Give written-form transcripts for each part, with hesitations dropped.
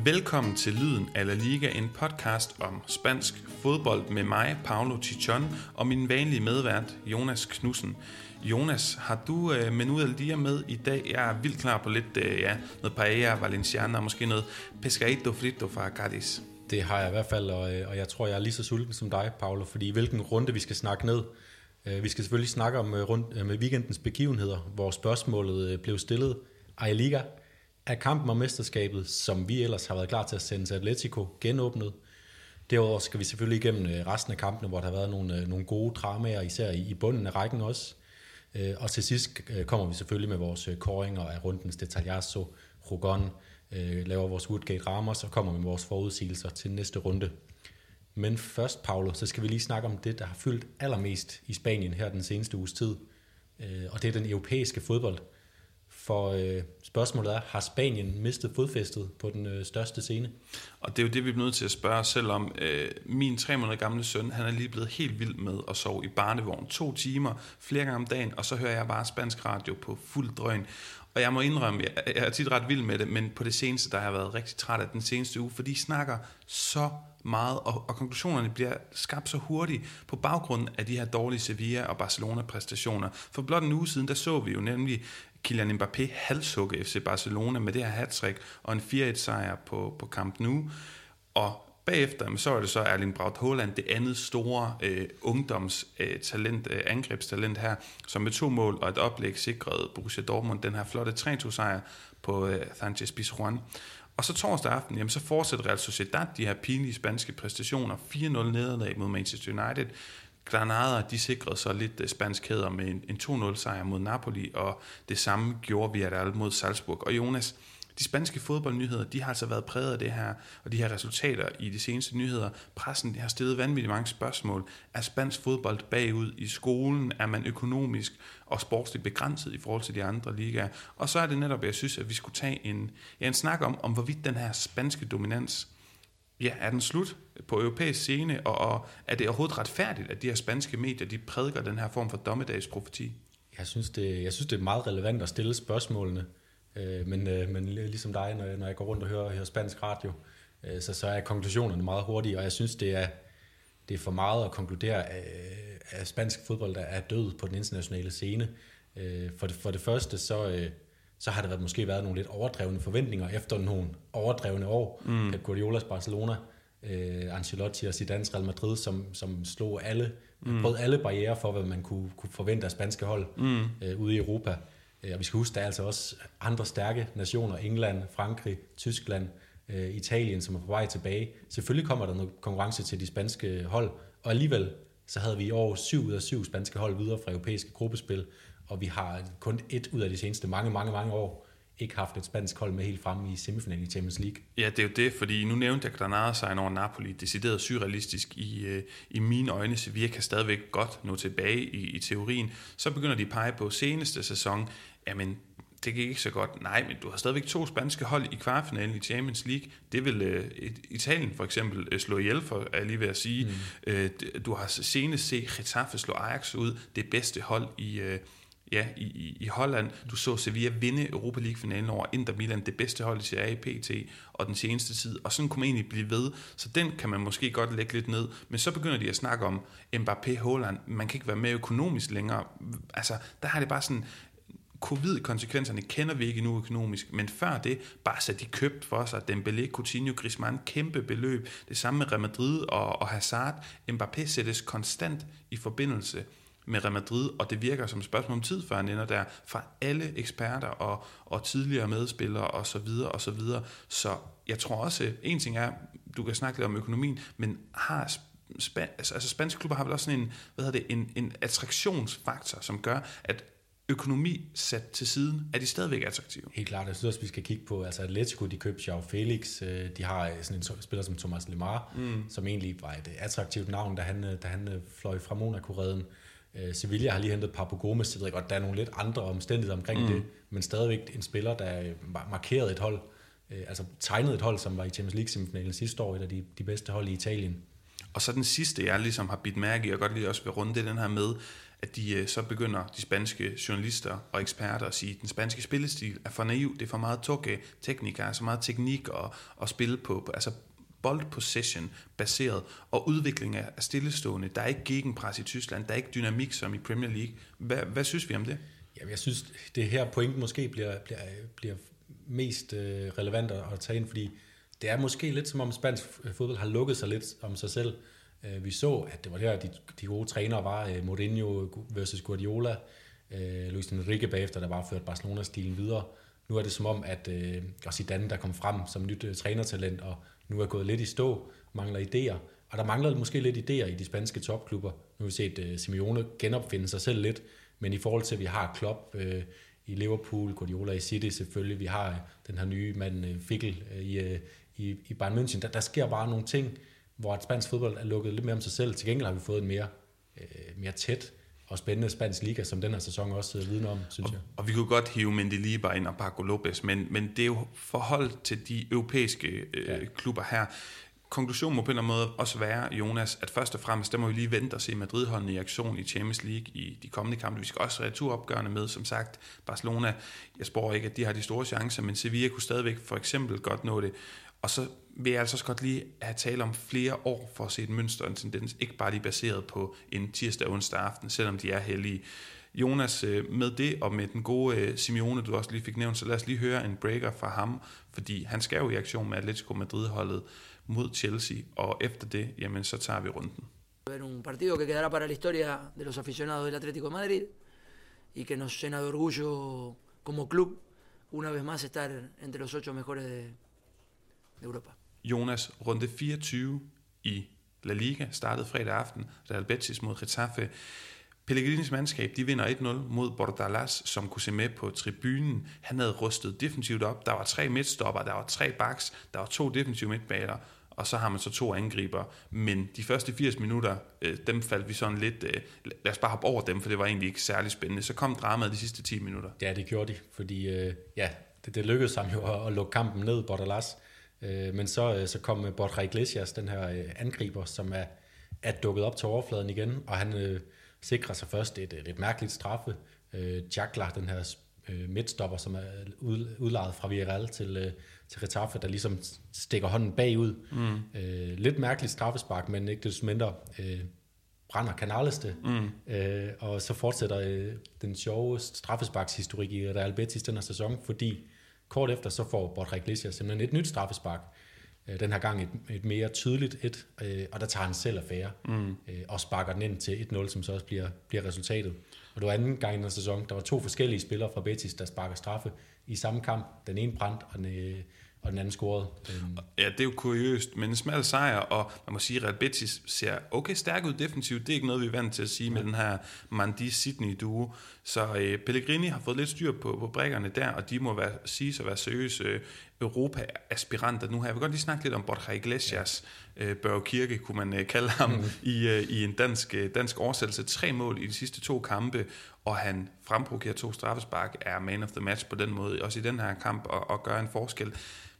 Velkommen til Lyden af La Liga, en podcast om spansk fodbold med mig, Paulo Chichon, og min vanlige medvært, Jonas Knudsen. Jonas, har du Menú del Día med i dag? Jeg er vildt klar på lidt noget paella, valenciana og måske noget pescadito frito fra Cádiz. Det har jeg i hvert fald, og jeg tror, jeg er lige så sulten som dig, Paulo, fordi hvilken runde vi skal snakke ned. Vi skal selvfølgelig snakke om med weekendens begivenheder, hvor spørgsmålet blev stillet. La Liga, er kampen om mesterskabet, som vi ellers har været klar til at sende til Atletico, genåbnet? Derudover skal vi selvfølgelig igennem resten af kampene, hvor der har været nogle gode dramaer, især i bunden af rækken også. Og til sidst kommer vi selvfølgelig med vores kåringer af rundens detaljazo, Rogon, laver vores Woodgate Ramos og kommer med vores forudsigelser til næste runde. Men først, Paulo, så skal vi lige snakke om det, der har fyldt allermest i Spanien her den seneste uges tid. Og det er den europæiske fodbold. For spørgsmålet er, har Spanien mistet fodfæstet på den største scene? Og det er jo det, vi er nødt til at spørge os selv om. Min 3 måneder gamle søn, han er lige blevet helt vild med at sove i barnevogn 2 timer, flere gange om dagen, og så hører jeg bare spansk radio på fuld drøn. Og jeg må indrømme, jeg er tit ret vild med det, men på det seneste, der har jeg været rigtig træt af den seneste uge, for de snakker så meget, og konklusionerne bliver skabt så hurtigt på baggrund af de her dårlige Sevilla og Barcelona-præstationer. For blot en uge siden, der så vi jo nemlig Kylian Mbappé halshugge FC Barcelona med det her hattrick og en 4-1-sejr på Camp Nou. Og bagefter, så er det så Erling Braut Haaland, det andet store ungdomstalent, angrebstalent her, som med 2 mål og et oplæg sikrede Borussia Dortmund den her flotte 3-2-sejr på Sánchez Pizjuán. Og så torsdag aften, jamen, så fortsætter Real Sociedad de her pinlige spanske præstationer. 4-0 nederlag mod Manchester United. Granada, de sikrede så lidt spansk hæder med en 2-0 sejr mod Napoli, og det samme gjorde Villarreal mod Salzburg. Og Jonas, de spanske fodboldnyheder, de har altså været præget af det her, og de her resultater i de seneste nyheder. Pressen har stillet vanvittigt mange spørgsmål. Er spansk fodbold bagud i skolen? Er man økonomisk og sportsligt begrænset i forhold til de andre ligaer? Og så er det netop, jeg synes, at vi skulle tage en snak om hvorvidt den her spanske dominans, er den slut på europæisk scene, og er det overhovedet retfærdigt, at de her spanske medier, de prædiker den her form for dommedagsprofeti? Jeg synes, det er meget relevant at stille spørgsmålene, men ligesom dig, når jeg går rundt og hører spansk radio, så er konklusionerne meget hurtige, og jeg synes, det er for meget at konkludere, at spansk fodbold er død på den internationale scene. For det første, så har der måske været nogle lidt overdrevne forventninger efter nogle overdrevne år. Pep Guardiolas Barcelona, Ancelotti og Zidane's Real Madrid, som slog brød alle barrierer for, hvad man kunne forvente af spanske hold ude i Europa. Og vi skal huske, der er altså også andre stærke nationer, England, Frankrig, Tyskland, Italien, som er på vej tilbage. Selvfølgelig kommer der noget konkurrence til de spanske hold, og alligevel så havde vi i år 7 ud af 7 spanske hold videre fra europæiske gruppespil, og vi har kun 1 ud af de seneste mange år ikke haft et spansk hold med helt fremme i semifinalen i Champions League. Ja, det er jo det, fordi nu nævnte jeg Granada-sejren over Napoli, decideret surrealistisk i mine øjne. Sevilla kan stadigvæk godt nå tilbage i teorien. Så begynder de at pege på seneste sæson. Jamen, det gik ikke så godt. Nej, men du har stadigvæk 2 spanske hold i kvartfinalen i Champions League. Det vil Italien for eksempel slå ihjel for, er jeg lige ved at sige. Du har senest set Getafe slå Ajax ud, det bedste hold i Holland. Du så Sevilla vinde Europa League-finalen over Inter Milan, det bedste hold i Serie A PT, og den seneste tid. Og sådan kunne man egentlig blive ved. Så den kan man måske godt lægge lidt ned. Men så begynder de at snakke om Mbappé, Haaland. Man kan ikke være med økonomisk længere. Altså, der har det bare sådan, covid-konsekvenserne kender vi ikke nu økonomisk, men før det, bare så de købt for sig, Dembélé, Coutinho, Griezmann, kæmpe beløb. Det samme med Real Madrid og Hazard. Mbappé sættes konstant i forbindelse med Real Madrid, og det virker som et spørgsmål om tid, før han ender der, fra alle eksperter og tidligere medspillere og så videre. Så jeg tror også, en ting er, du kan snakke lidt om økonomien, men har spanske klubber har vel også sådan en attraktionsfaktor, som gør, at økonomi sat til siden, er de stadigvæk attraktive? Helt klart, jeg synes også, vi skal kigge på, altså Atletico, de købte Joao Felix, de har sådan en spiller som Thomas Lemar, som egentlig var et attraktivt navn, da han fløj fra Monaco-reden. Sevilla har lige hentet Papu Gomez, det ved jeg godt, der er nogle lidt andre omstændigheder omkring det, men stadigvæk en spiller, der markerede et hold, altså tegnede et hold, som var i Champions League-semifinalen sidste år, et af de bedste hold i Italien. Og så den sidste, jeg ligesom har bidt mærke i, og godt lige også vil runde det, den her med, at de så begynder, de spanske journalister og eksperter, at sige, at den spanske spillestil er for naiv, det er for meget teknik, så meget teknik og spille på altså bold possession baseret, og udvikling af stillestående. Der er ikke gegenpres i Tyskland, der er ikke dynamik som i Premier League. Hvad synes vi om det? Jamen, jeg synes, det her point måske bliver mest relevant at tage ind, fordi det er måske lidt som om spansk fodbold har lukket sig lidt om sig selv. Vi så, at det var der, de gode trænere var, Mourinho versus Guardiola, Luis Enrique bagefter, der bare ført Barcelona-stilen videre. Nu er det som om, at Zidane, der kom frem som nyt trænertalent, og nu er gået lidt i stå, mangler idéer. Og der mangler måske lidt idéer i de spanske topklubber. Nu har vi set Simeone genopfinde sig selv lidt, men i forhold til, at vi har Klopp i Liverpool, Guardiola i City selvfølgelig, vi har den her nye mand Fickl i Bayern München, der sker bare nogle ting, hvor et spansk fodbold er lukket lidt mere om sig selv. Til gengæld har vi fået en mere tæt og spændende spansk liga, som den her sæson også vidner om, synes jeg. Og vi kunne godt hive Mendilibar ind og Paco Lopez, men det er jo forhold til de europæiske klubber her. Konklusionen må på en eller anden måde også være, Jonas, at først og fremmest, der må vi lige vente og se Madrid-holdene i aktion i Champions League i de kommende kampe. Vi skal også returopgørende med, som sagt, Barcelona. Jeg spår ikke, at de har de store chancer, men Sevilla kunne stadigvæk for eksempel godt nå det. Og så vil jeg altså også godt lige have tale om flere år for at se et mønster og en tendens, ikke bare lige baseret på en tirsdag og onsdag aften, selvom de er heldige. Jonas, med det og med den gode Simeone, du også lige fik nævnt, så lad os lige høre en breaker fra ham, fordi han skal jo i aktion med Atletico Madrid-holdet mod Chelsea, og efter det, jamen, så tager vi runden. Un partido que quedará para la historia de los aficionados del Atlético de Madrid y que nos llena de orgullo como club una vez más estar entre los 8 mejores de Europa. Jonas, runde 24 i La Liga startede fredag aften, Real Betis mod Getafe. Pellegrinis mandskab, de vinder 1-0 mod Bordalas, som kunne se med på tribunen. Han havde rustet defensivt op. Der var 3 midtstopper, der var 3 backs, der var 2 defensive midtbaner, og så har man så 2 angriber. Men de første 80 minutter, dem faldt vi sådan lidt... lad os bare hoppe over dem, for det var egentlig ikke særlig spændende. Så kom dramaet de sidste 10 minutter. Ja, det gjorde de, fordi det lykkedes ham jo at lukke kampen ned, Bordalas. Men så kom Borja Iglesias, den her angriber, som er dukket op til overfladen igen, og han sikrer sig først et mærkeligt straffe. Jagla, den her midtstopper, som er udlejet fra Villarreal til Getafe, der ligesom stikker hånden bagud. Lidt mærkeligt straffespark, men ikke desto mindre brænder Canales det. Og så fortsætter den sjove straffesparkshistorik i Real Betis den her sæson, fordi kort efter så får Borja Iglesias simpelthen et nyt straffespark. Den her gang et mere tydeligt og der tager han selv affære og sparker den ind til 1-0, som så også bliver resultatet. Og det var anden gang i den sæson. Der var 2 forskellige spillere fra Betis, der sparker straffe i samme kamp. Den ene brændt, og den anden scorede. Ja, det er jo kuriøst, men en smal sejr, og man må sige, at Real Betis ser okay stærk ud defensivt. Det er ikke noget, vi er vant til at sige med den her Mandi-Sydney-duo. Så Pellegrini har fået lidt styr på brækkerne der, og de må siges at være seriøse Europa-aspiranter nu her. Jeg vil godt lige snakke lidt om Borja Iglesias. Børge Kirke kunne man kalde ham i en dansk oversættelse. 3 mål i de sidste 2 kampe, og han fremprovokerer 2 straffespark, er man of the match på den måde, også i den her kamp, og gør en forskel.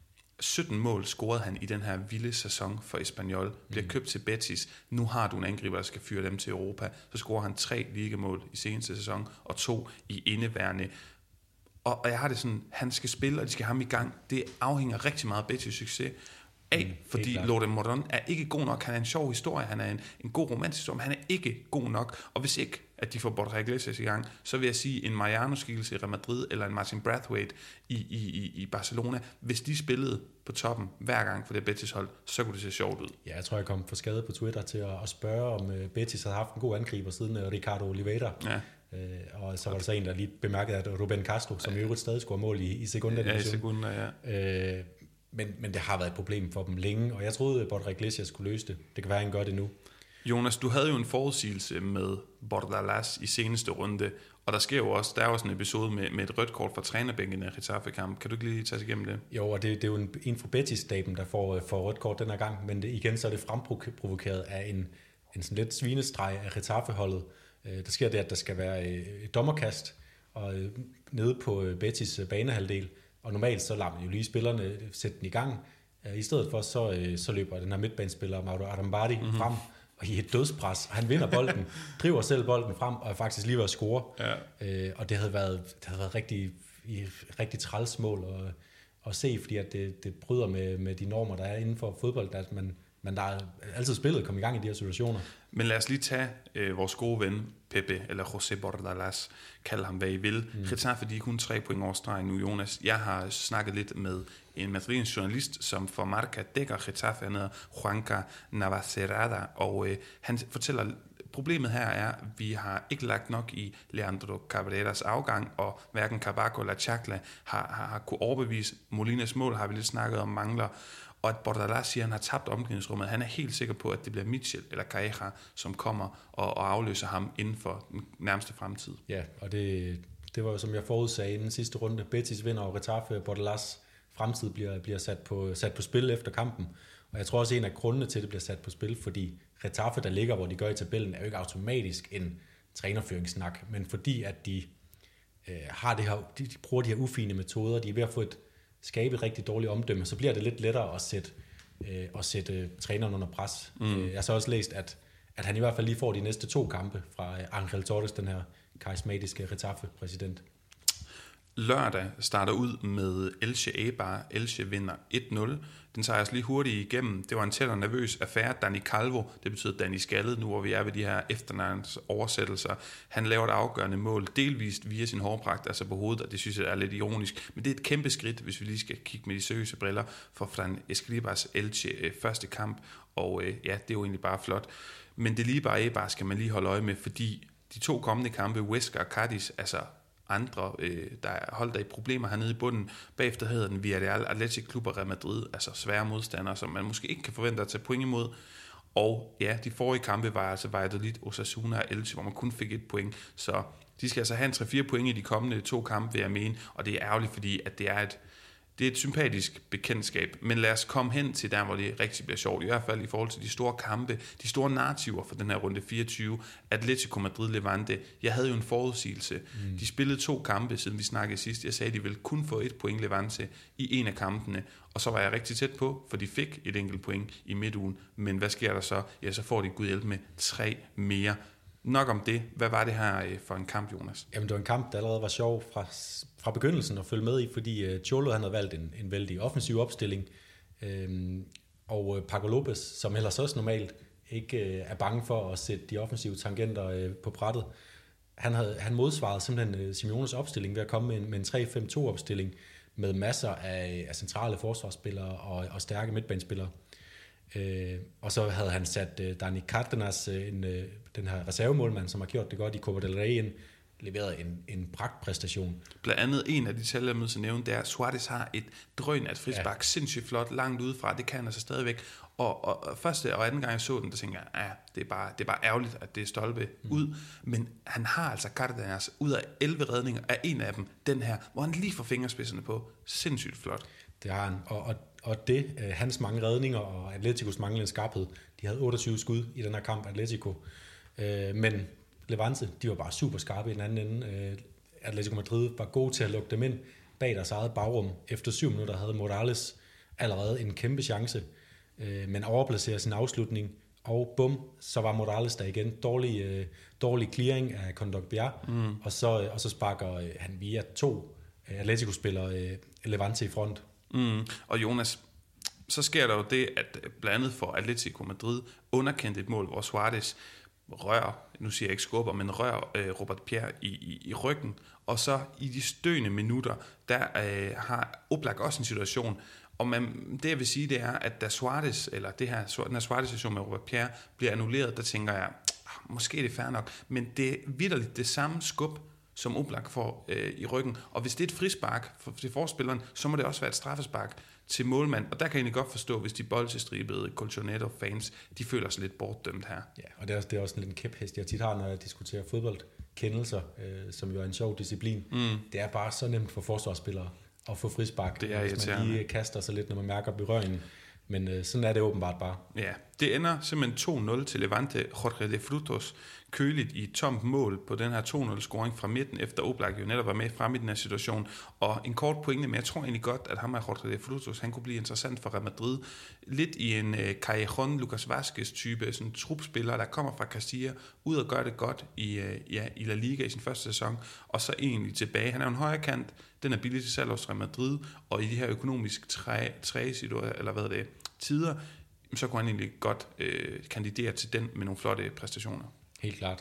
17 mål scorede han i den her vilde sæson for Espanyol, bliver købt til Betis. Nu har du en angriber, der skal fyre dem til Europa. Så scorer han 3 ligamål i seneste sæson, og 2 i indeværende. Og jeg har det sådan, han skal spille, og de skal have ham i gang. Det afhænger rigtig meget af Betis' succes fordi Lorde Moron er ikke god nok. Han er en sjov historie, han er en god romantisk historie, men han er ikke god nok. Og hvis ikke, at de får Borja Iglesias i gang, så vil jeg sige, en Mariano-skikkelse i Real Madrid, eller en Martin Braithwaite i Barcelona, hvis de spillede på toppen hver gang for det Betis-hold, så kunne det se sjovt ud. Ja, jeg tror, jeg kom for skade på Twitter til at spørge, om Betis havde haft en god angriber siden Ricardo Oliveira. Ja. Og så var der så en, der lige bemærkede, at Ruben Castro, som i øvrigt stadig scorer mål i sekunder. Ja, i sekunder, ja. Men det har været et problem for dem længe, og jeg troede, at Borja Iglesias skulle løse det. Det kan være, at han gør det nu. Jonas, du havde jo en forudsigelse med Bordalas i seneste runde, og der er jo også en episode med et rødt kort fra trænerbænken af Getafe-kamp. Kan du ikke lige tage sig igennem det? Jo, og det er jo en fra Betis-staben, der får rødt kort den her gang, men igen så er det fremprovokeret af en sådan lidt svinestreg af Getafe-holdet. Der sker det, at der skal være et dommerkast og nede på Betis banehalvdel, og normalt så lader man jo lige spillerne sætte den i gang. I stedet for så løber den her midtbanespiller Mauro Arambadi frem og i et dødspres. Han vinder bolden, driver selv bolden frem, og er faktisk lige ved at score. Ja. Og det havde været rigtig træls mål at se, fordi at det bryder med de normer, der er inden for fodbold, at man der er altid spillet komme i gang i de her situationer. Men lad os lige tage vores gode ven, Pepe, eller José Bordalas, kald ham hvad I vil. Getafe, de er kun 3 point over stregen nu, Jonas. Jeg har snakket lidt med en madrilensk journalist, som for Marca dækker Getafe, han hedder Juanca Navacerrada, og han fortæller, problemet her er, at vi har ikke lagt nok i Leandro Cabreras afgang, og hverken Cabaco eller Chakla har kunne overbevise. Molinas mål har vi lidt snakket om mangler, og at Bordalas siger, at han har tabt omklædningsrummet. Han er helt sikker på, at det bliver Mitchell eller Calleja, som kommer og afløser ham inden for den nærmeste fremtid. Ja, og det var jo, som jeg forudsagde i den sidste runde. Betis vinder, og Getafe, Bordalas fremtid bliver sat på spil efter kampen. Og jeg tror også, en af grundene til, at det bliver sat på spil, fordi Getafe, der ligger, hvor de gør i tabellen, er jo ikke automatisk en trænerføringssnak, men fordi at de har det her, de bruger de her ufine metoder, de er ved at skabe et rigtig dårligt omdømme, så bliver det lidt lettere at sætte træneren under pres. Jeg har så også læst, at han i hvert fald lige får de næste 2 kampe fra Ángel Torres, den her karismatiske Getafe-præsident. Lørdag starter ud med Elche Eibar. Elche vinder 1-0. Den tager jeg også lige hurtigt igennem. Det var en tæt og nervøs affære. Dani Calvo, det betyder Dani Skallet, nu hvor vi er ved de her efternavns oversættelser. Han laver et afgørende mål, delvist via sin hårpragt, altså på hovedet, og det synes jeg er lidt ironisk. Men det er et kæmpe skridt, hvis vi lige skal kigge med de seriøse briller, for Fran Escribas Elche første kamp. Og ja, det er jo egentlig bare flot. Men det lige bare Eibar skal man lige holde øje med, fordi de 2 kommende kampe, Huesca og Cadiz, altså andre, der er holdt der i problemer hernede i bunden. Bagefter hedder den Villarreal, Athletic Club og Real Madrid, altså svære modstandere, som man måske ikke kan forvente at tage point imod. Og ja, de forrige kampe var altså Valladolid, Osasuna og Elche, hvor man kun fik 1 point. Så de skal altså have en 3-4 point i de kommende 2 kampe, vil jeg mene. Og det er ærgerligt, fordi at det er et sympatisk bekendtskab, men lad os komme hen til der, hvor det rigtig bliver sjovt, i hvert fald i forhold til de store kampe, de store narrativer for den her runde 24, Atletico Madrid Levante. Jeg havde jo en forudsigelse. De spillede 2 kampe, siden vi snakkede sidst. Jeg sagde, at de ville kun få 1 point Levante i en af kampene, og så var jeg rigtig tæt på, for de fik et enkelt point i midtugen. Men hvad sker der så? Ja, så får de Gud hjælp med 3 mere. Nok om det. Hvad var det her for en kamp, Jonas? Jamen, det var en kamp, der allerede var sjov fra begyndelsen at følge med i, fordi Cholo han havde valgt en vældig offensiv opstilling, og Paco Lopez, som ellers også normalt ikke er bange for at sætte de offensive tangenter på brættet, han modsvarede simpelthen Simeones opstilling ved at komme med en 3-5-2 opstilling med masser af centrale forsvarsspillere og stærke midtbanespillere. Og så havde han sat Dani Cárdenas, den her reservemålmand, som har gjort det godt i Copa del Rey, leveret en pragtpræstation. Blandt andet en af de tal, jeg møder at nævne, det er, at Suarez har et drøn af et frispark, sindssygt flot, langt udefra, det kan han altså stadigvæk. Og første og anden gang jeg så den, der tænkte jeg, det er bare ærgerligt, at det er stolpe ud. Men han har altså Cárdenas ud af 11 redninger, af en af dem, den her, hvor han lige får fingerspidserne på. Sindssygt flot. Det har han, og det, hans mange redninger og Atleticos manglende skarphed, de havde 28 skud i den her kamp, Atletico. Men Levante, de var bare super skarpe i den anden ende. Atletico Madrid var god til at lukke dem ind bag deres eget bagrum. Efter 7 minutter havde Morales allerede en kæmpe chance, men overplacerer sin afslutning, og bum, så var Morales der igen. Dårlig clearing af Kondogbia, og så sparker han via 2 Atletico-spillere Levante i front. Og Jonas, så sker der jo det, at blandt andet for Atletico Madrid underkendte et mål, hvor Suarez rører, nu siger jeg ikke skubber, men rører Robert Pierre i ryggen, og så i de støende minutter, der har Oblak også en situation, og det jeg vil sige, det er, at da Suarez, eller den her Suarez-situation med Robert Pierre bliver annulleret, der tænker jeg, måske er det fair nok, men det er vitterligt det samme skub, som Oblak får i ryggen. Og hvis det er et frispark til forspilleren, så må det også være et straffespark til målmand. Og der kan jeg egentlig godt forstå, hvis de bolchestribede Colchonero-fans, de føler sig lidt bortdømt her. Ja, og det er også en kæphest, jeg tit har, når jeg diskuterer fodboldkendelser, som jo er en sjov disciplin. Det er bare så nemt for forsvarsspillere at få frispark, det er hvis man lige kaster sig lidt, når man mærker berøringen. Men sådan er det åbenbart bare. Ja, det ender simpelthen 2-0 til Levante. Jorge de Frutos køligt i et tomt mål på den her 2-0-scoring fra midten, efter Oblak jo netop var med frem i den her situation. Og en kort pointe, men jeg tror egentlig godt, at ham og Jorge de Frutos, han kunne blive interessant for Real Madrid. Lidt i en Callejon, Lucas Vazquez type, sådan en trupspiller, der kommer fra Castilla, ud og gør det godt i La Liga i sin første sæson, og så egentlig tilbage. Han er jo en højre kant, den er billig til salg hos Real Madrid, og i de her økonomisk tider, så kunne han egentlig godt kandidere til den med nogle flotte præstationer. Helt klart.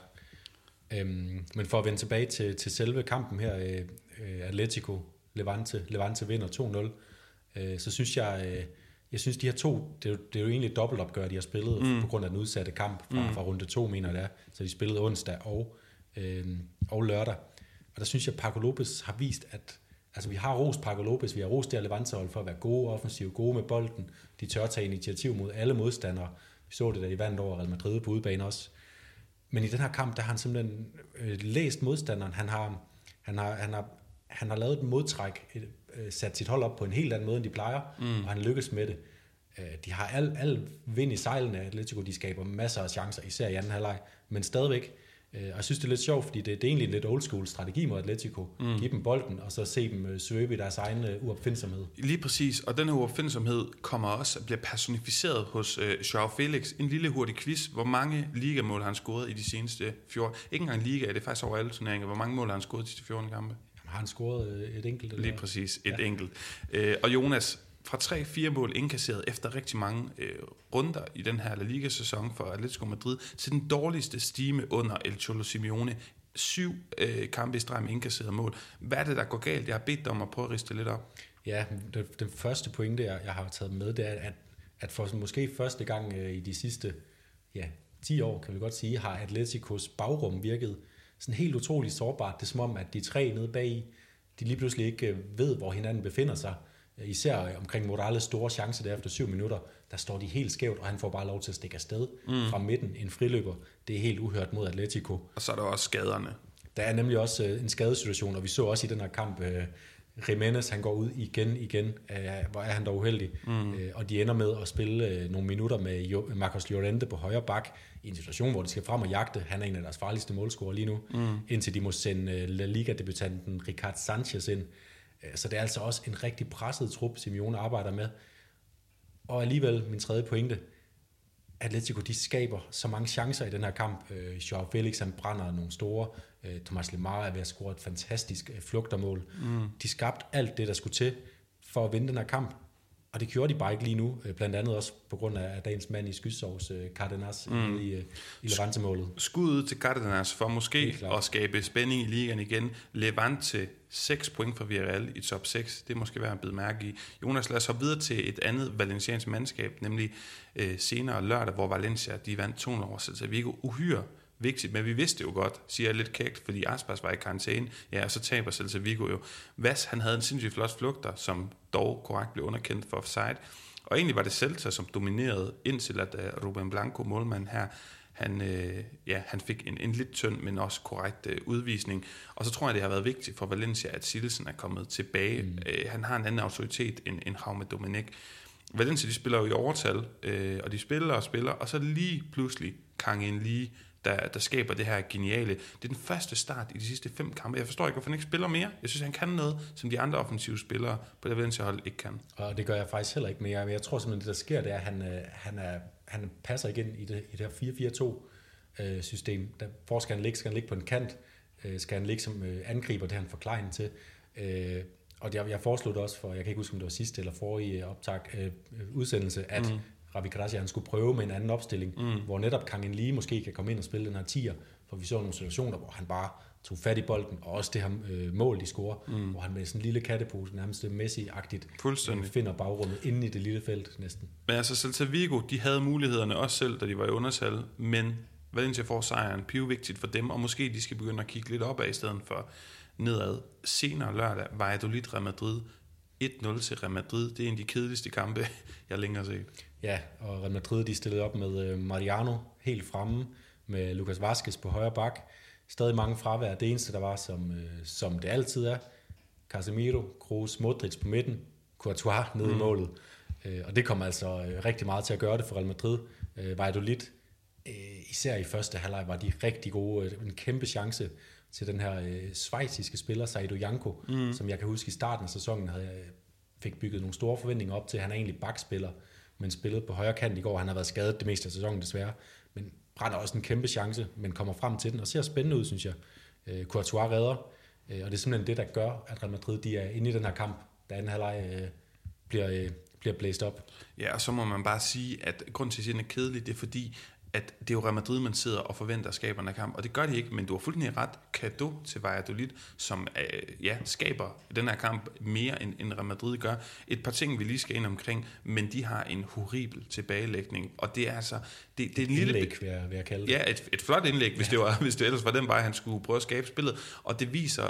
Men for at vende tilbage til selve kampen her, Atletico Levante vinder 2-0, så synes jeg synes de her to, det er jo egentlig et dobbeltopgør, de har spillet på grund af den udsatte kamp fra runde 2, mener jeg det er. Så de spillede onsdag og lørdag. Og der synes jeg, Paco Lopez har vist, at altså, vi har rost Paco Lopez, vi har rost det her Levante-hold for at være gode offensive, gode med bolden. De tør tage initiativ mod alle modstandere. Vi så det, da de vandt over Real Madrid på udebane også. Men i den her kamp, der har han simpelthen læst modstanderen. Han har lavet et modtræk, sat sit hold op på en helt anden måde, end de plejer, og han lykkes med det. De har al vind i sejlene af Atletico, de skaber masser af chancer, især i anden halvleg, men stadigvæk. Og jeg synes, det er lidt sjovt, fordi det er egentlig en lidt old school strategi mod Atletico. Give dem bolden, og så se dem svøbe i deres egen uopfindsomhed. Lige præcis, og den her uopfindsomhed kommer også at blive personificeret hos Joao Felix. En lille hurtig quiz. Hvor mange ligamål har han scoret i de seneste 14? Ikke engang liga, det er faktisk over alle turneringer. Hvor mange mål har han scoret i de 14 kampe? Har han scoret et enkelt? Eller? Lige præcis, et enkelt. Og Jonas, fra 3-4 mål indkasseret efter rigtig mange runder i den her La Liga-sæson for Atletico Madrid, til den dårligste stime under El Cholo Simeone. 7 kampe i streg med indkasseret mål. Hvad er det, der går galt? Jeg har bedt dig om at prøve at riste lidt op. Ja, den første pointe, jeg har taget med, det er, at for måske første gang i de sidste 10 år, kan vi godt sige, har Atleticos bagrum virket sådan helt utroligt sårbart. Det er som om, at de tre nede bag, de lige pludselig ikke ved, hvor hinanden befinder sig. Især omkring Morales store chance der efter 7 minutter, der står de helt skævt, og han får bare lov til at stikke afsted fra midten. En friløber, det er helt uhørt mod Atletico. Og så er der også skaderne. Der er nemlig også en skadesituation, og vi så også i den her kamp, Jimenez, han går ud igen, hvor er han dog uheldig, og de ender med at spille nogle minutter med Marcos Llorente på højre bak, i en situation, hvor de skal frem og jagte. Han er en af deres farligste målscorer lige nu, indtil de må sende La Liga-debutanten Ricard Sanchez ind. Så det er altså også en rigtig presset trup, Simeone arbejder med. Og alligevel, min tredje pointe, Atletico, de skaber så mange chancer i den her kamp. Joao Felix, han brænder nogle store. Thomas Lemar er ved at score et fantastisk flugtermål. De skabte alt det, der skulle til for at vinde den her kamp. Og det gjorde de bare ikke lige nu, blandt andet også på grund af dagens mand i skydssovs, Cárdenas, i Levante-målet. Skuddet til Cárdenas for måske at skabe spænding i ligaen igen. Levante 6 point fra Villarreal i top 6. Det er måske værd at bide mærke i. Jonas, lad os hoppe videre til et andet valenciansk mandskab, nemlig senere lørdag, hvor Valencia de vandt 2 over Celta Vigo. Uhyre vigtigt, men vi vidste jo godt, siger jeg lidt kægt, fordi Aspas var i karantæne, og så taber Celta Vigo jo. Vas, han havde en sindssygt flot flugter, som dog korrekt blev underkendt for offside, og egentlig var det Celta, som dominerede, indtil at Ruben Blanco, målmanden her, han fik en lidt tynd, men også korrekt udvisning. Og så tror jeg, det har været vigtigt for Valencia, at Silesen er kommet tilbage. Han har en anden autoritet end Jaume Domènech. Valencia, de spiller jo i overtal, og de spiller, og så lige pludselig Kang In Lee, der skaber det her geniale. Det er den første start i de sidste 5 kampe. Jeg forstår ikke, hvorfor han ikke spiller mere. Jeg synes, han kan noget, som de andre offensive spillere på det Valencia-hold ikke kan. Og det gør jeg faktisk heller ikke mere. Men jeg tror simpelthen, det der sker, det er, at han passer igen i det her 4-4-2-system. Der skal han ligge på en kant. Skal han ligge som angriber, det er han forklaringen til. Og jeg foreslog det også for, jeg kan ikke huske, om det var sidste eller forrige udsendelse, at Ravi Gracia, han skulle prøve med en anden opstilling, hvor netop Kang In Lee måske kan komme ind og spille den her 10'er, for vi så nogle situationer, hvor han bare tog fat i bolden, og også det her mål, de scorer, hvor han med sådan en lille kattepose, nærmest Messi-agtigt, finder bagrummet inde i det lille felt næsten. Men altså Celta Vigo, de havde mulighederne også selv, da de var i undertal, men Valencia får sejren, pivvigtigt for dem, og måske de skal begynde at kigge lidt opad i stedet for nedad. Senere lørdag, Valladolid Real Madrid, 1-0 til Real Madrid. Det er en af de kedeligste kampe, jeg længere har set. Ja, og Real Madrid, de stillede op med Mariano helt fremme, med Lucas Vazquez på højre bak. Stadig mange fravær. Det eneste, der var, som det altid er, Casemiro, Kroos, Modric på midten, Courtois nede i målet. Og det kom altså rigtig meget til at gøre det for Real Madrid. Valladolid, især i første halvleg var de rigtig gode. En kæmpe chance til den her schweiziske spiller, Saido Janko, som jeg kan huske i starten af sæsonen fik bygget nogle store forventninger op til. Han er egentlig bakspiller, men spillede på højre kant i går. Han har været skadet det meste af sæsonen desværre, men brænder også en kæmpe chance, men kommer frem til den og ser spændende ud, synes jeg. Courtois redder, og det er simpelthen det, der gør, at Real Madrid de er inde i den her kamp, da anden halvleg bliver blæst op. Ja, og så må man bare sige, at grunden til, at det er kedeligt, det er fordi, at det er jo Real Madrid, man sidder og forventer skaber en kamp, og det gør de ikke, men du har fuldstændig ret. Cadeau til Valladolid, som skaber den her kamp mere end Real Madrid gør. Et par ting, vi lige skal ind omkring, men de har en horribel tilbagelægning, og det er altså... Det er en lille indlæg, vil jeg kalde det. Ja, et flot indlæg, hvis det ellers var den vej, han skulle prøve at skabe spillet, og det viser,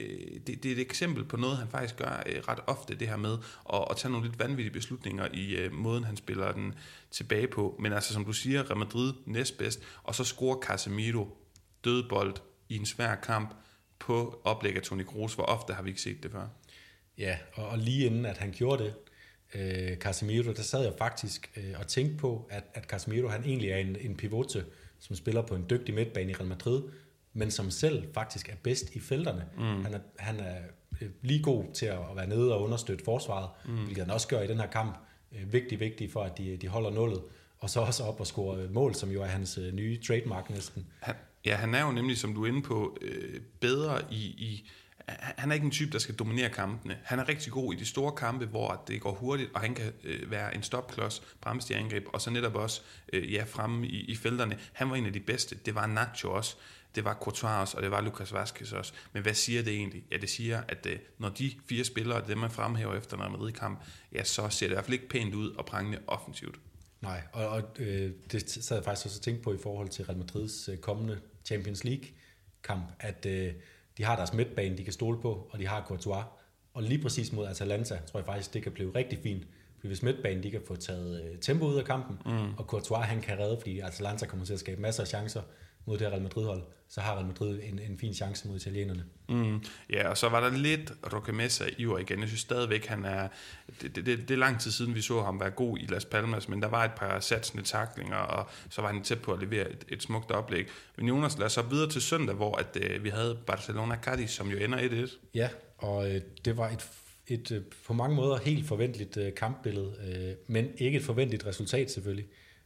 det er et eksempel på noget, han faktisk gør ret ofte, det her med at tage nogle lidt vanvittige beslutninger i måden, han spiller den tilbage på. Men altså, som du siger, Real Madrid næstbedst, og så scorer Casemiro dødbold i en svær kamp på oplæg af Toni Kroos. Hvor ofte har vi ikke set det før? Ja, og lige inden at han gjorde det, Casemiro, der sad jeg faktisk og tænkte på, at Casemiro han egentlig er en pivote, som spiller på en dygtig midtbane i Real Madrid, men som selv faktisk er bedst i felterne. Han er lige god til at være nede og understøtte forsvaret, hvilket han også gør i den her kamp. Vigtigt for, at de holder nullet, og så også op og score mål, som jo er hans nye trademark næsten. Han er jo nemlig, som du er inde på, bedre i han er ikke en type, der skal dominere kampene. Han er rigtig god i de store kampe, hvor det går hurtigt, og han kan være en stopklods, bremse de angreb, og så netop også fremme i felterne. Han var en af de bedste. Det var Nacho også, det var Courtois også, og det var Lucas Vázquez også. Men hvad siger det egentlig? Ja, det siger, at når de 4 spillere, det man fremhæver efter en Real Madrid-kamp, ja, så ser det i hvert fald ikke pænt ud og prangende offensivt. Nej, og det sad jeg faktisk også at tænke på i forhold til Real Madrids kommende Champions League-kamp, at de har deres midtbane, de kan stole på, og de har Courtois. Og lige præcis mod Atalanta, tror jeg faktisk, det kan blive rigtig fint. Fordi hvis midtbanen, de kan få taget tempo ud af kampen, og Courtois, han kan redde, fordi Atalanta kommer til at skabe masser af chancer mod det her Real Madrid-hold, så har Real Madrid en fin chance mod italienerne. Ja, og så var der lidt Roque Mesa i år igen. Jeg synes stadigvæk, han er... Det er lang tid siden, vi så ham være god i Las Palmas, men der var et par satsende tacklinger, og så var han tæt på at levere et smukt oplæg. Men Jonas, lad os så videre til søndag, hvor vi havde Barcelona-Cadiz, som jo ender 1-1. Ja, og det var et på mange måder helt forventeligt kampbillede, men ikke et forventeligt resultat selvfølgelig.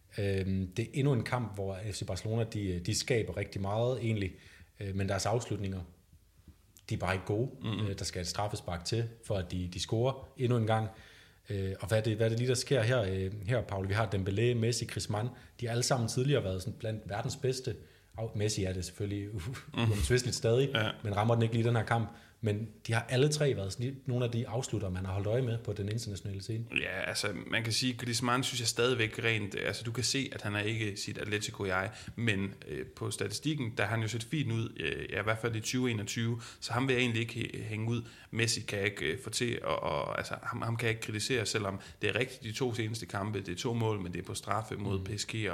Det er endnu en kamp, hvor FC Barcelona de skaber rigtig meget egentlig, men deres afslutninger, de er bare ikke gode. Der skal et straffespark til, for at de scorer endnu en gang. Og hvad er det lige, der sker her, Paul? Vi har Dembélé, Messi, Griezmann. De har alle sammen tidligere været sådan blandt verdens bedste. Messi er det selvfølgelig uomtvisteligt stadig, men rammer den ikke lige den her kamp. Men de har alle tre været nogle af de afslutter, man har holdt øje med på den internationale scene. Ja, altså man kan sige, at Griezmann synes jeg stadigvæk rent, altså du kan se, at han er ikke sit Atletico jeg, men på statistikken, der har han jo set fint ud, i hvert fald i 2021, så ham vil jeg egentlig ikke hænge ud. Messi kan jeg ikke få til, og altså ham kan jeg ikke kritisere, selvom det er rigtigt de 2 seneste kampe, det er 2 mål, men det er på straffe mod PSG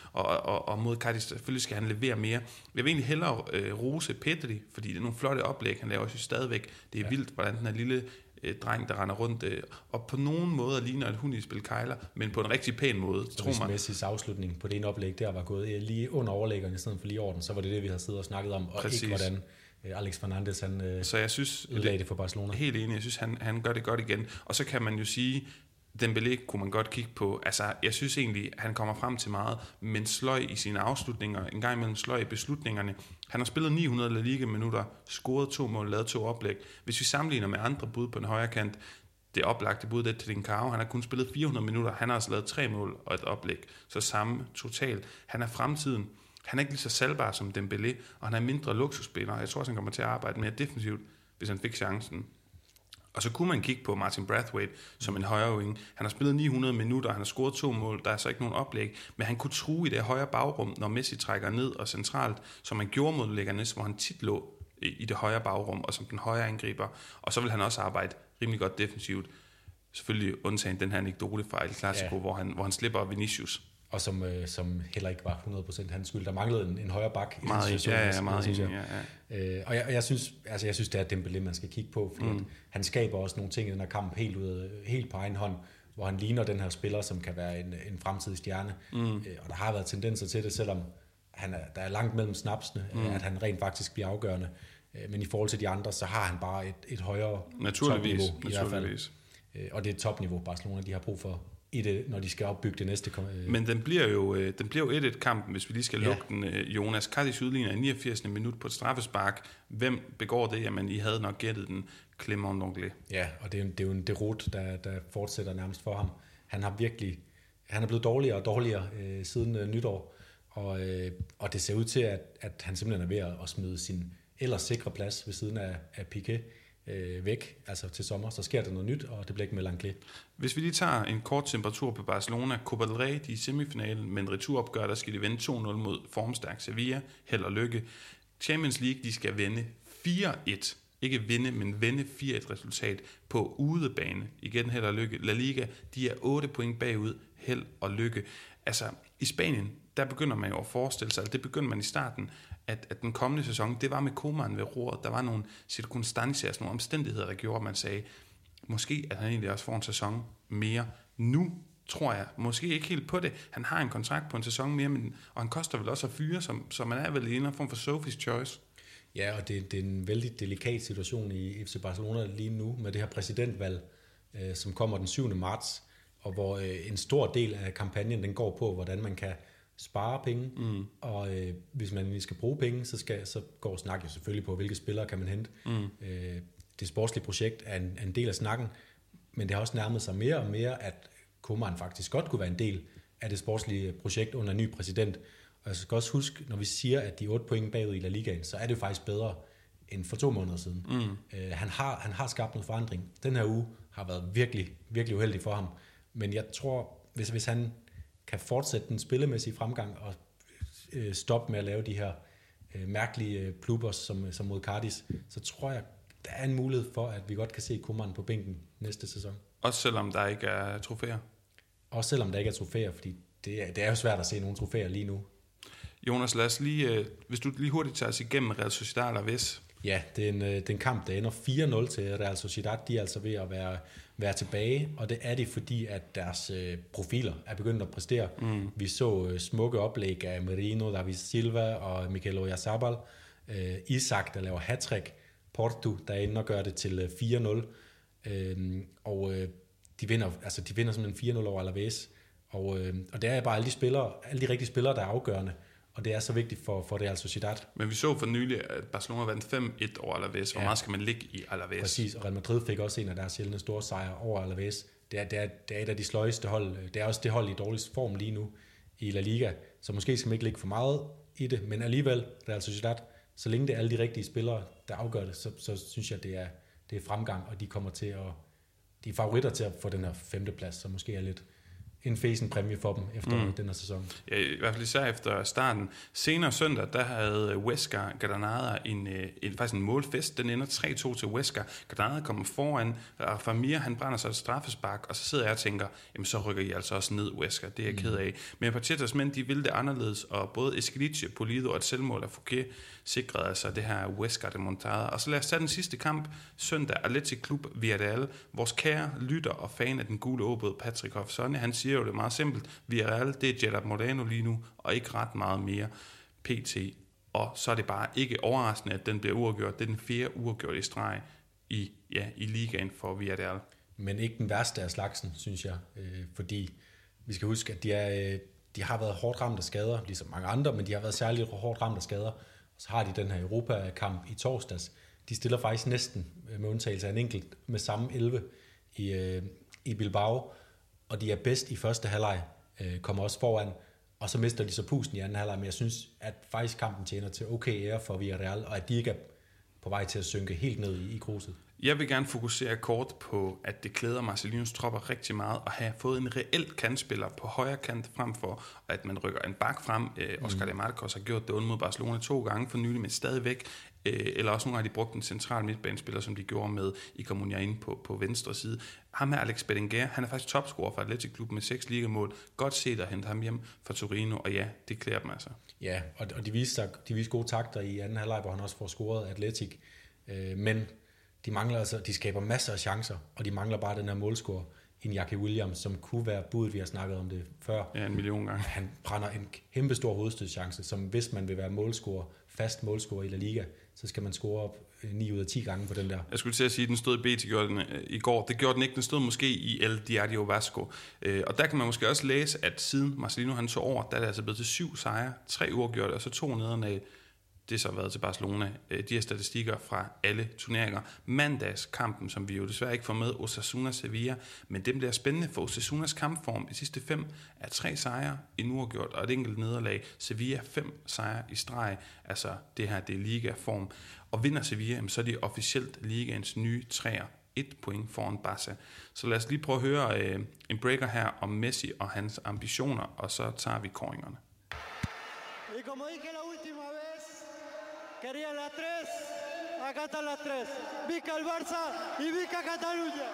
og mod Cadiz. Selvfølgelig skal han levere mere. Jeg vil egentlig hellere rose Pedri, fordi det er nogle flotte oplæg, han laver også stadigvæk. Det er vildt, hvordan den her lille dreng, der render rundt, og på nogen måder ligner et hund i spil kejler, men på en rigtig pæn måde, tror man. Messis afslutning på det ene oplæg, der var gået lige under overlæggeren i stedet for lige orden, så var det, vi havde siddet og snakket om, og præcis. Ikke hvordan Alex Fernandes, han så jeg synes, ødelagde det for Barcelona. Helt enig, jeg synes, han gør det godt igen. Og så kan man jo sige, Dembélé kunne man godt kigge på. Altså, jeg synes egentlig, han kommer frem til meget, men sløj i sine afslutninger, en gang imellem sløj i beslutningerne. Han har spillet 900 La Liga-minutter, scoret 2 mål, lavet 2 oplæg. Hvis vi sammenligner med andre bud på den højre kant, det oplagte bud, det er Trincao, han har kun spillet 400 minutter, han har altså lavet 3 mål og et oplæg. Så samme totalt. Han er fremtiden. Han er ikke lige så salgbar som Dembélé, og han er mindre luksusspiller. Jeg tror også, han kommer til at arbejde mere defensivt, hvis han fik chancen. Og så kunne man kigge på Martin Braithwaite som en højre wing. Han har spillet 900 minutter, han har scoret 2 mål, der er så ikke nogen oplæg, men han kunne true i det højre bagrum, når Messi trækker ned og centralt, som han gjorde mod Leganes, hvor han tit lå i det højre bagrum, og som den højre angriber. Og så vil han også arbejde rimelig godt defensivt. Selvfølgelig undtagen den her anekdote fra El Clasico, hvor han slipper Vinicius. Og som heller ikke var 100% hans skyld. Der manglede en højre bak i den situation. Og jeg synes, det er Dembélé, man skal kigge på, fordi han skaber også nogle ting i den her kamp helt på egen hånd. hvor han ligner den her spiller, som kan være en fremtidig stjerne. Og der har været tendenser til det, selvom der er langt mellem snapsene, at han rent faktisk bliver afgørende. Men i forhold til de andre, så har han bare et højere topniveau i hvert fald. Og det er et topniveau, Barcelona de har brug for i det, når de skal opbygge det næste. Men den bliver jo 1-1-kampen, hvis vi lige skal lukke den. Jonas Cadiz udligner i 89. minut på et straffespark. Hvem begår det? Jamen, I havde nok gættet den. Clément Lenglet. Ja, og det er jo en derot, der fortsætter nærmest for ham. Han er blevet dårligere og dårligere siden nytår, og det ser ud til, at han simpelthen er ved at smide sin ellers sikre plads ved siden af Piqué væk, altså til sommer, så sker der noget nyt, og det bliver ikke med Lenglet. Hvis vi lige tager en kort temperatur på Barcelona, Copa del Rey, de er i semifinalen, men returopgør, der skal de vinde 2-0 mod formstærk Sevilla, held og lykke. Champions League, de skal vinde 4-1, ikke vinde, men vende 4-1 resultat på udebane. Igen held og lykke. La Liga, de er 8 point bagud, held og lykke. Altså, i Spanien, der begynder man jo at forestille sig, det begynder man i starten, at den kommende sæson, det var med Koeman ved roret. Der var nogle circumstantier, nogle omstændigheder, der gjorde, at man sagde, måske at han egentlig også får en sæson mere. Nu tror jeg måske ikke helt på det. Han har en kontrakt på en sæson mere, og han koster vel også at fyre, så man er vel i en form for Sophie's Choice. Ja, og det er en vældig delikat situation i FC Barcelona lige nu, med det her præsidentvalg, som kommer den 7. marts, og hvor en stor del af kampagnen, den går på, hvordan man kan spare penge, og hvis man skal bruge penge, så går snak jo selvfølgelig på, hvilke spillere kan man hente. Det sportslige projekt er en del af snakken, men det har også nærmet sig mere og mere, at Koeman faktisk godt kunne være en del af det sportslige projekt under en ny præsident. Og jeg skal også huske, når vi siger, at de er 8 point bagud i La Ligaen, så er det faktisk bedre end for 2 måneder siden. Han har skabt noget forandring. Den her uge har været virkelig, virkelig uheldig for ham. Men jeg tror, hvis han kan fortsætte den spillemæssige fremgang og stoppe med at lave de her mærkelige plubbers som mod Cardis, så tror jeg, der er en mulighed for, at vi godt kan se Koeman på bænken næste sæson. Også selvom der ikke er trofæer? Også selvom der ikke er trofæer, fordi det er jo svært at se nogle trofæer lige nu. Jonas, lad os lige, hvis du lige hurtigt tager os igennem Real Sociedad Alaves. Ja, det er en kamp, der ender 4-0 til Real Sociedad. De er altså ved at være tilbage, og det er det, fordi at deres profiler er begyndt at præstere. Vi så smukke oplæg af Merino, David Silva og Mikel Oyarzabal. Isaac, der laver hat-trick. Porto, der ender og gør det til 4-0. De vinder simpelthen 4-0 over Alaves. Og det er bare alle de rigtige spillere, der er afgørende. Og det er så vigtigt for Real Sociedad. Men vi så for nylig, at Barcelona vandt 5-1 over Alaves. Hvor meget skal man ligge i Alaves? Præcis, og Real Madrid fik også en af deres sjældne store sejre over Alaves. Det er et af de sløjeste hold. Det er også det hold i dårligst form lige nu i La Liga. Så måske skal man ikke lægge for meget i det. Men alligevel, Real Sociedad, så længe det er alle de rigtige spillere, der afgør det, så synes jeg, det er fremgang. Og de er favoritter til at få den her 5. plads, så måske er lidt en fesen præmie for dem efter den her sæson. Ja, i hvert fald især efter starten. Senere søndag, der havde Huesca Granada faktisk en målfest. Den ender 3-2 til Huesca. Granada kommer foran, og Famir, han brænder sig et straffespark, og så sidder jeg og tænker, jamen så rykker I altså også ned, Huesca. Det er jeg ked af. Men Pachetas mænd, de ville det anderledes, og både Escalice, Pulido og et selvmål af Fouquet sikrede altså det her Huesca de Montada. Og så lad os tage den sidste kamp søndag. Athletic Club Villarreal. Vores kære lytter og fan af den gule åbåd, Patrick Hofsonne, han siger jo det meget simpelt. Villarreal, det er Gerard Moreno lige nu, og ikke ret meget mere PT. Og så er det bare ikke overraskende, at den bliver uafgjort. Det er den 4. uafgjort i streg i ligaen for Villarreal. Men ikke den værste af slagsen, synes jeg. Fordi vi skal huske, at de har været hårdt ramt af skader, ligesom mange andre, men de har været særligt hårdt ramt af skader. Og så har de den her Europa-kamp i torsdags. De stiller faktisk næsten, med undtagelse af en enkelt, med samme 11 i Bilbao. Og de er bedst i første halvleg, kommer også foran, og så mister de så pusten i anden halvleg, men jeg synes, at faktisk kampen tjener til okay ære for Villarreal, og at de ikke er på vej til at synke helt ned i gruset. Jeg vil gerne fokusere kort på, at det klæder Marcelinos tropper rigtig meget at have fået en reel kantspiller på højre kant frem for, at man rykker en bak frem. Oscar de Marcos har gjort det ondt mod Barcelona 2 gange for nylig, men stadigvæk. Eller også nogle gange de brugt en central midtbanespiller, som de gjorde med Iker Muniain på venstre side. Ham her, Alex Berenguer, han er faktisk topscorer for Athletic Club med 6 ligamål. Godt set at hente ham hjem fra Torino, og ja, det klæder dem altså. Ja, og de viste gode takter i anden halvleg, hvor han også får scoret Athletic. Men de skaber masser af chancer, og de mangler bare den her målscore. Iñaki Williams, som kunne være budet, vi har snakket om det før. Ja, 1 million gange. Han brænder en kæmpe stor hovedstødschance, som hvis man vil være målscorer, fast målscorer i La Liga, så skal man score op 9 ud af 10 gange på den der. Jeg skulle til at sige, at den stod i BT i går. Det gjorde den ikke. Den stod måske i El Diario Vasco. Og der kan man måske også læse, at siden Marcelino han så over, der er det altså blevet til 7 sejre, 3 uafgjorte og så 2 nederlag. Det har så været til Barcelona. De her statistikker fra alle turneringer. Mandagskampen, som vi jo desværre ikke får med, Osasuna-Sevilla, men det bliver spændende, for Osasunas kampform de sidste 5 er 3 sejre, en uafgjort og et enkelt nederlag. Sevilla 5 sejre i streg. Altså det her, det er ligaform. Og vinder Sevilla, så er de officielt ligaens nye træer. 1 point foran Barca. Så lad os lige prøve at høre en breaker her om Messi og hans ambitioner, og så tager vi kåringerne. Querían las 3, acá están las 3. Vica el Barça y Vica Catalunya.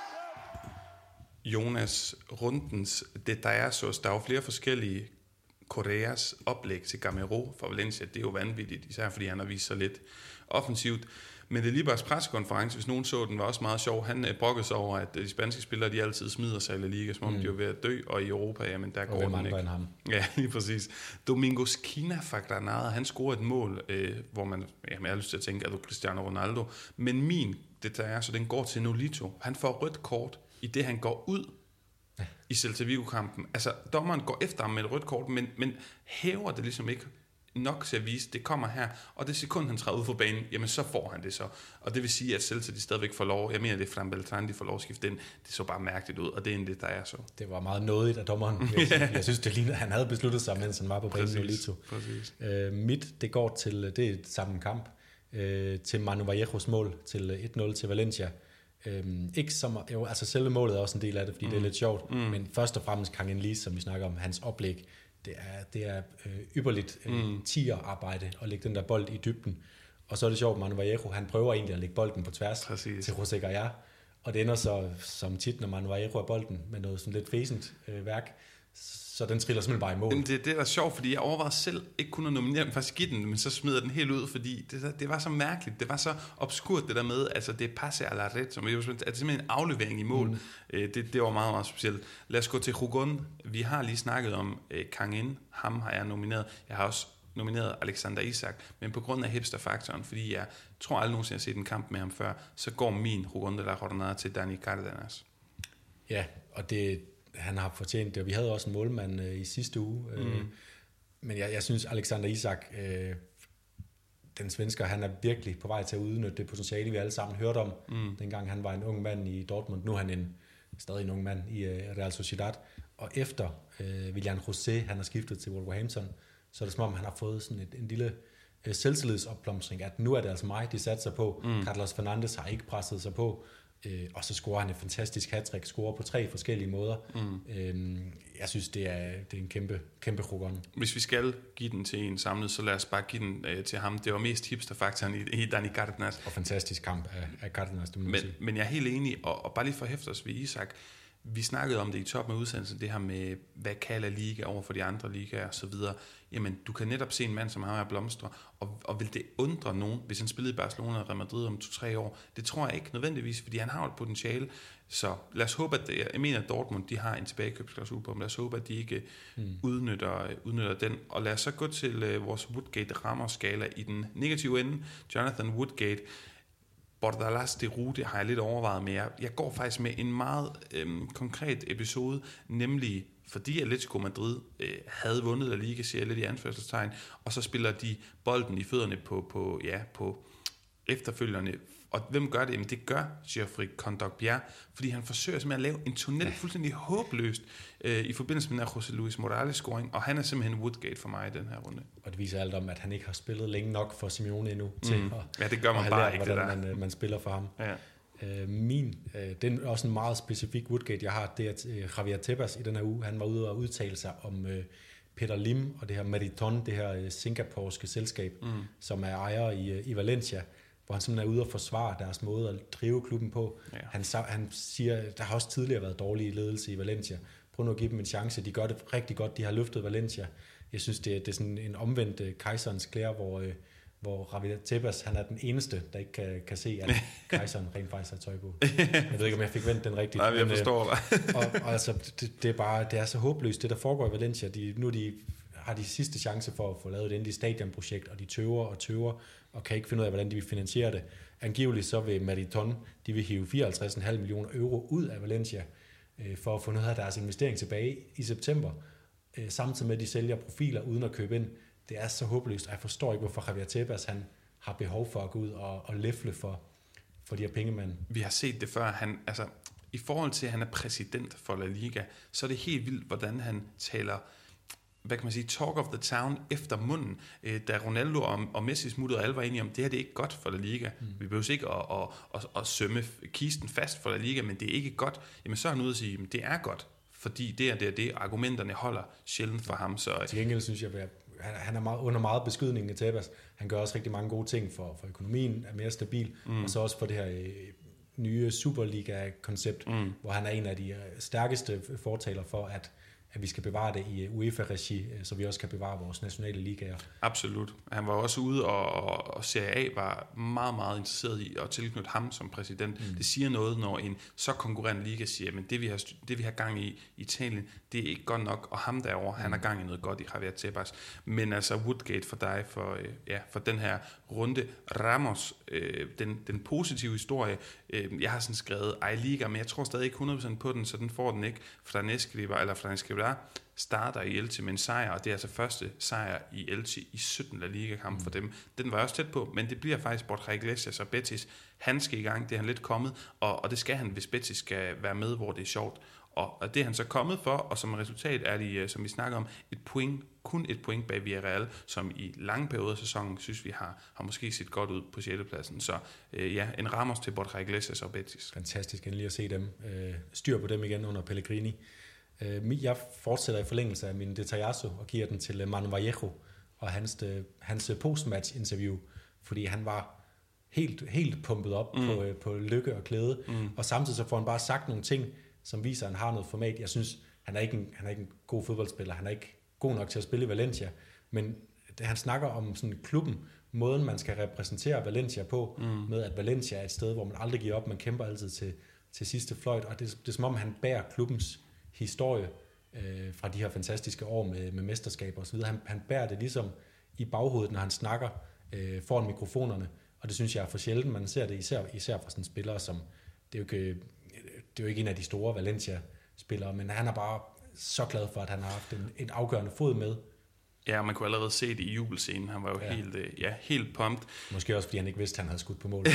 Jonas, rundens detaljer, der er jo flere forskellige Correas oplæg til Gamero for Valencia. Det er jo vanvittigt, især fordi han har vist sig lidt offensivt. Men det Libers pressekonference, hvis nogen så den, var også meget sjov. Han brokkede sig over, at de spanske spillere, de altid smider sig i La Liga, som om de er ved at dø, og i Europa, jamen der går den ikke. Ham. Ja, lige præcis. Domingos Quina fra Granada, han scorede et mål, hvor man, jamen jeg har lyst til at tænke, at det er Cristiano Ronaldo. Men min detaljer, så den går til Nolito. Han får rødt kort, i det han går ud i Celta Vigo-kampen. Altså, dommeren går efter ham med et rødt kort, men hæver det ligesom ikke nok til at vise, det kommer her, og det sekund, han træder ud for banen, jamen så får han det så. Og det vil sige, at Celta de stadigvæk får lov, jeg mener, det er Fran Beltrán, de får lov at skifte ind. Det så bare mærkeligt ud, og det er en det, der er så. Det var meget nådigt af dommeren. Jeg synes, det lignede, han havde besluttet sig, mens han var på banen. Nolito. Mit, det går til, det er samme kamp, til Manu Vallejos mål, til 1-0 til Valencia. Ikke som, jo, altså selve målet er også en del af det, fordi det er lidt sjovt, men først og fremmest Kang In-lee, som vi snakker om, hans oplæg, det er ypperligt tierarbejde at lægge den der bold i dybden. Og så er det sjovt, Manu Vallejo, han prøver egentlig at lægge bolden på tværs til José Gaya, og det ender så som tit, når Manu Vallejo har bolden med noget sådan lidt fæsent værk, så den triller simpelthen bare i mål. Det er da sjovt, fordi jeg overvejede selv ikke kun at nominere den, faktisk give den, men så smider den helt ud, fordi det var så mærkeligt, det var så obskurt det der med, altså det er passe à la red, som er simpelthen en aflevering i mål. Det var meget, meget specielt. Lad os gå til Hugon. Vi har lige snakket om Kang In, ham har jeg nomineret. Jeg har også nomineret Alexander Isak, men på grund af hipsterfaktoren, fordi jeg tror aldrig nogensinde, jeg har set en kamp med ham før, så går min Hugon de la Jornada til Dani Cárdenas. Ja, og han har fortjent det, og vi havde også en målmand i sidste uge. Men jeg synes, Alexander Isak, den svensker, han er virkelig på vej til at udnytte det potentiale, vi alle sammen hørte om, dengang han var en ung mand i Dortmund. Nu er han stadig en ung mand i Real Sociedad. Og efter Willian José, han har skiftet til Wolverhampton, så er det som om, han har fået sådan en lille selvtillidsopblomstring, at nu er det altså mig, de satser på. Carlos Fernandes har ikke presset sig på. Og så scorer han et fantastisk hattrick, scorer på 3 forskellige måder. Jeg synes, det er en kæmpe Hugon. Hvis vi skal give den til en samlet, så lad os bare give den til ham. Det var mest hipsterfaktoren i Dani Cárdenas. Og fantastisk kamp af Cárdenas, men jeg er helt enig, og bare lige for at hæfte os ved Isak, vi snakkede om det i toppen af udsendelsen, det her med, hvad kalder liga over for de andre ligaer og så videre. Jamen, du kan netop se en mand, som har her blomstre, og vil det undre nogen, hvis han spillede i Barcelona og Real Madrid om 2-3 år? Det tror jeg ikke nødvendigvis, fordi han har et potentiale. Så lad os håbe, at jeg mener, at Dortmund, de har en tilbagekøbsklausul på dem. Lad os håbe, at de ikke udnytter den. Og lad os så gå til vores Woodgate-rammerskala i den negative ende. Jonathan Woodgate. Bordalas de Rute har jeg lidt overvejet med. Jeg går faktisk med en meget konkret episode, nemlig fordi Atletico Madrid havde vundet La Liga, siger jeg lidt i anførselstegn, og så spiller de bolden i fødderne på efterfølgerne. Og hvem gør det? Jamen det gør Geoffrey Kondogbia, fordi han forsøger simpelthen at lave en tunnel fuldstændig håbløst i forbindelse med den her José Luis Morales scoring, og han er simpelthen Woodgate for mig i den her runde. Og det viser alt om, at han ikke har spillet længe nok for Simeone endnu til at det gør man bare ikke, hvordan man spiller for ham. Ja. Det er også en meget specifik Woodgate, jeg har. Det er Javier Tebas i den her uge. Han var ude og udtale sig om Peter Lim og det her Meriton, det her singaporske selskab, som er ejer i Valencia, hvor han simpelthen er ude og forsvare deres måde at drive klubben på. Ja. Han siger, der har også tidligere været dårlige ledelse i Valencia. Prøv nu at give dem en chance. De gør det rigtig godt. De har løftet Valencia. Jeg synes, det er sådan en omvendt kejserens klæder, hvor Javier Tebas, han er den eneste, der ikke kan se, at kejseren rent faktisk har tøj på. Jeg ved ikke, om jeg fik vendt den rigtigt. Nej, jeg forstår dig. og altså, det er så håbløst, det der foregår i Valencia. De har de sidste chance for at få lavet et endeligt stadionprojekt, og de tøver, og kan ikke finde ud af, hvordan de vil finansiere det. Angiveligt så vil Meriton, de vil hive 54,5 millioner euro ud af Valencia, for at få noget af deres investering tilbage i september, samtidig med, at de sælger profiler uden at købe ind. Det er så håbløst, og jeg forstår ikke, hvorfor Javier Tebas, han har behov for at gå ud og læfle for de her pengemænd. Vi har set det før. I forhold til, at han er præsident for La Liga, så er det helt vildt, hvordan han taler, hvad kan man sige, talk of the town efter munden. Da Ronaldo og Messi smuttede, og alle var enige om, det her det er ikke godt for La Liga. Vi behøver ikke at sømme kisten fast for La Liga, men det er ikke godt. Jamen så er han ude at sige, at det er godt, fordi det argumenterne holder sjældent for ham. Så til gengæld synes jeg, han er under meget beskydning af Tebas. Han gør også rigtig mange gode ting for økonomien, er mere stabil, og så også for det her nye Superliga-koncept, hvor han er en af de stærkeste fortaler for, at vi skal bevare det i UEFA-regi, så vi også kan bevare vores nationale ligaer. Absolut. Han var også ude, og Serie A var meget, meget interesseret i at tilknytte ham som præsident. Det siger noget, når en så konkurrerende liga siger, men det vi har gang i Italien, det er ikke godt nok, og ham derovre, han har gang i noget godt i Javier Tebas. Men altså Woodgate for dig, for den her runde. Ramos, den positive historie, jeg har sådan skrevet Liga, men jeg tror stadig ikke 100% på den, så den får den ikke. Franescribá starter i Elche med en sejr, og det er altså første sejr i Elche i 17 La Liga-kamp for dem. Den var også tæt på, men det bliver faktisk Borja Iglesias og Betis. Han skal i gang, det er han lidt kommet, og det skal han, hvis Betis skal være med, hvor det er sjovt. Og det er han så kommet for, og som resultat er de, som vi snakker om, kun et point bag Villarreal, som i lange perioder af sæsonen, synes vi har måske set godt ud på 6. pladsen. Så en Ramos til Borja Iglesias og Betis. Fantastisk endelig at se dem. Styr på dem igen under Pellegrini. Jeg fortsætter i forlængelse af min detallazo og giver den til Manu Vallejo og hans postmatch interview, fordi han var helt pumpet op på lykke og glæde, og samtidig så får han bare sagt nogle ting, som viser, at han har noget format. Jeg synes, han er ikke en god fodboldspiller, han er ikke god nok til at spille i Valencia, men han snakker om sådan klubben, måden man skal repræsentere Valencia på, med at Valencia er et sted, hvor man aldrig giver op, man kæmper altid til sidste fløjt, og det er som om han bærer klubbens historie fra de her fantastiske år med mesterskaber og så videre. Han bærer det ligesom i baghovedet, når han snakker foran mikrofonerne, og det synes jeg er for sjældent. Man ser det især fra sådan en spiller, som det er jo ikke en af de store Valencia-spillere, men han er bare så glad for, at han har haft en afgørende fod med. Ja, man kunne allerede se det i jubelscenen. Han var jo helt pumped. Måske også, fordi han ikke vidste, at han havde skudt på mål.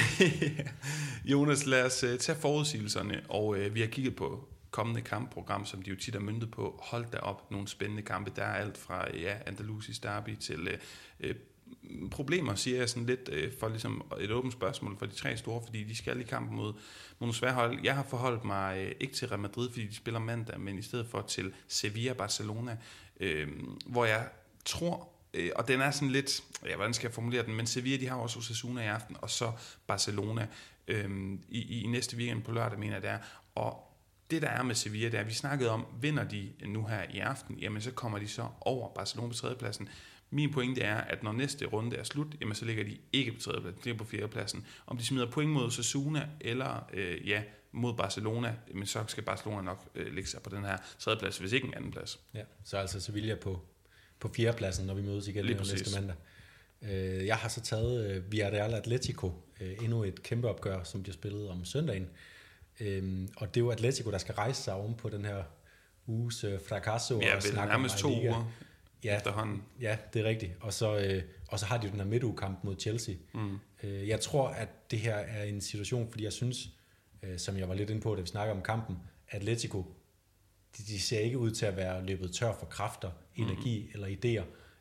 Jonas, lad os tage forudsigelserne, og vi har kigget på kommende kampprogram, som de jo tit er møntet på. Hold da op, nogle spændende kampe. Der er alt fra Andalusis derby til problemer, siger jeg sådan lidt for ligesom et åbent spørgsmål for de tre store, fordi de skal i kampen mod nogle svære hold. Jeg har forholdt mig ikke til Real Madrid, fordi de spiller mandag, men i stedet for til Sevilla-Barcelona, hvor jeg tror, og den er sådan lidt, hvordan skal jeg formulere den, men Sevilla, de har også Osasuna i aften, og så Barcelona i næste weekend på lørdag, mener jeg det er. Og det der er med Sevilla, det er, vi snakkede om, vinder de nu her i aften, jamen så kommer de så over Barcelona på 3. pladsen. Min pointe er, at når næste runde er slut, jamen så ligger de ikke på 3. pladsen, de ligger på 4. pladsen. Om de smider point mod Osasuna eller mod Barcelona, men så skal Barcelona nok lægge sig på den her 3. plads, hvis ikke en 2. plads. Ja, så altså Sevilla på 4. pladsen, når vi mødes igen næste mandag. Jeg har så taget Villarreal Atletico, endnu et kæmpe opgør, som bliver spillet om søndagen. Og det er jo Atletico, der skal rejse sig oven på den her uges fracasso og snakke om nærmest 2 uger efterhånden. Ja, det er rigtigt. Og så har de jo den her midtugekamp mod Chelsea. Jeg tror, at det her er en situation, fordi jeg synes, som jeg var lidt inde på, da vi snakker om kampen, Atletico, de ser ikke ud til at være løbet tør for kræfter, energi eller idéer.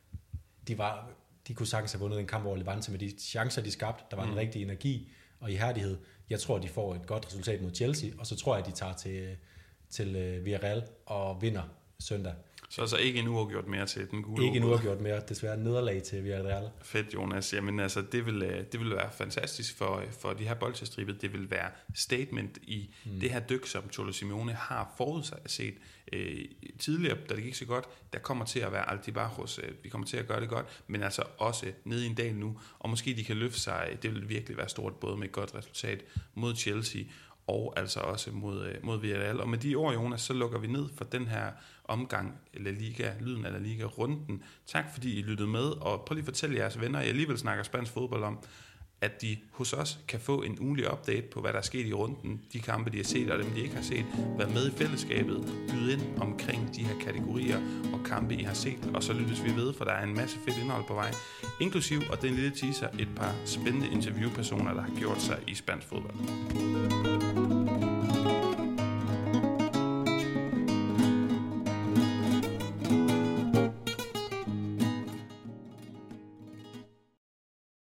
De kunne sagtens have vundet en kamp over Levante med de chancer, de skabte. Der var en rigtig energi og ihærdighed. Jeg tror, de får et godt resultat mod Chelsea, og så tror jeg, at de tager til Villarreal og vinder søndag. Så ikke en uafgjort mere til den gule. Ikke en uafgjort mere, desværre nederlag til Villarreal. Fedt, Jonas. Jamen altså, det vil være fantastisk for de her bolchestribet. Det vil være statement i det her dyk, som Cholo Simeone har forudset tidligere, da det gik så godt. Der kommer til at være altibajos. Vi kommer til at gøre det godt, men altså også nede i en dal nu. Og måske de kan løfte sig. Det vil virkelig være stort, både med et godt resultat mod Chelsea, og altså også mod Villarreal. Og med de ord, Jonas, så lukker vi ned for den her omgang La Liga, lyden af La Liga-runden. Tak fordi I lyttede med, og prøv lige at fortælle jeres venner, I alligevel snakker spansk fodbold om, at de hos os kan få en ugenlig update på, hvad der er sket i runden, de kampe, de har set, og dem, de ikke har set. Vær med i fællesskabet, byde ind omkring de her kategorier og kampe, I har set, og så lyttes vi ved, for der er en masse fedt indhold på vej. Inklusiv, og den lille teaser, et par spændende interviewpersoner, der har gjort sig i spansk fodbold.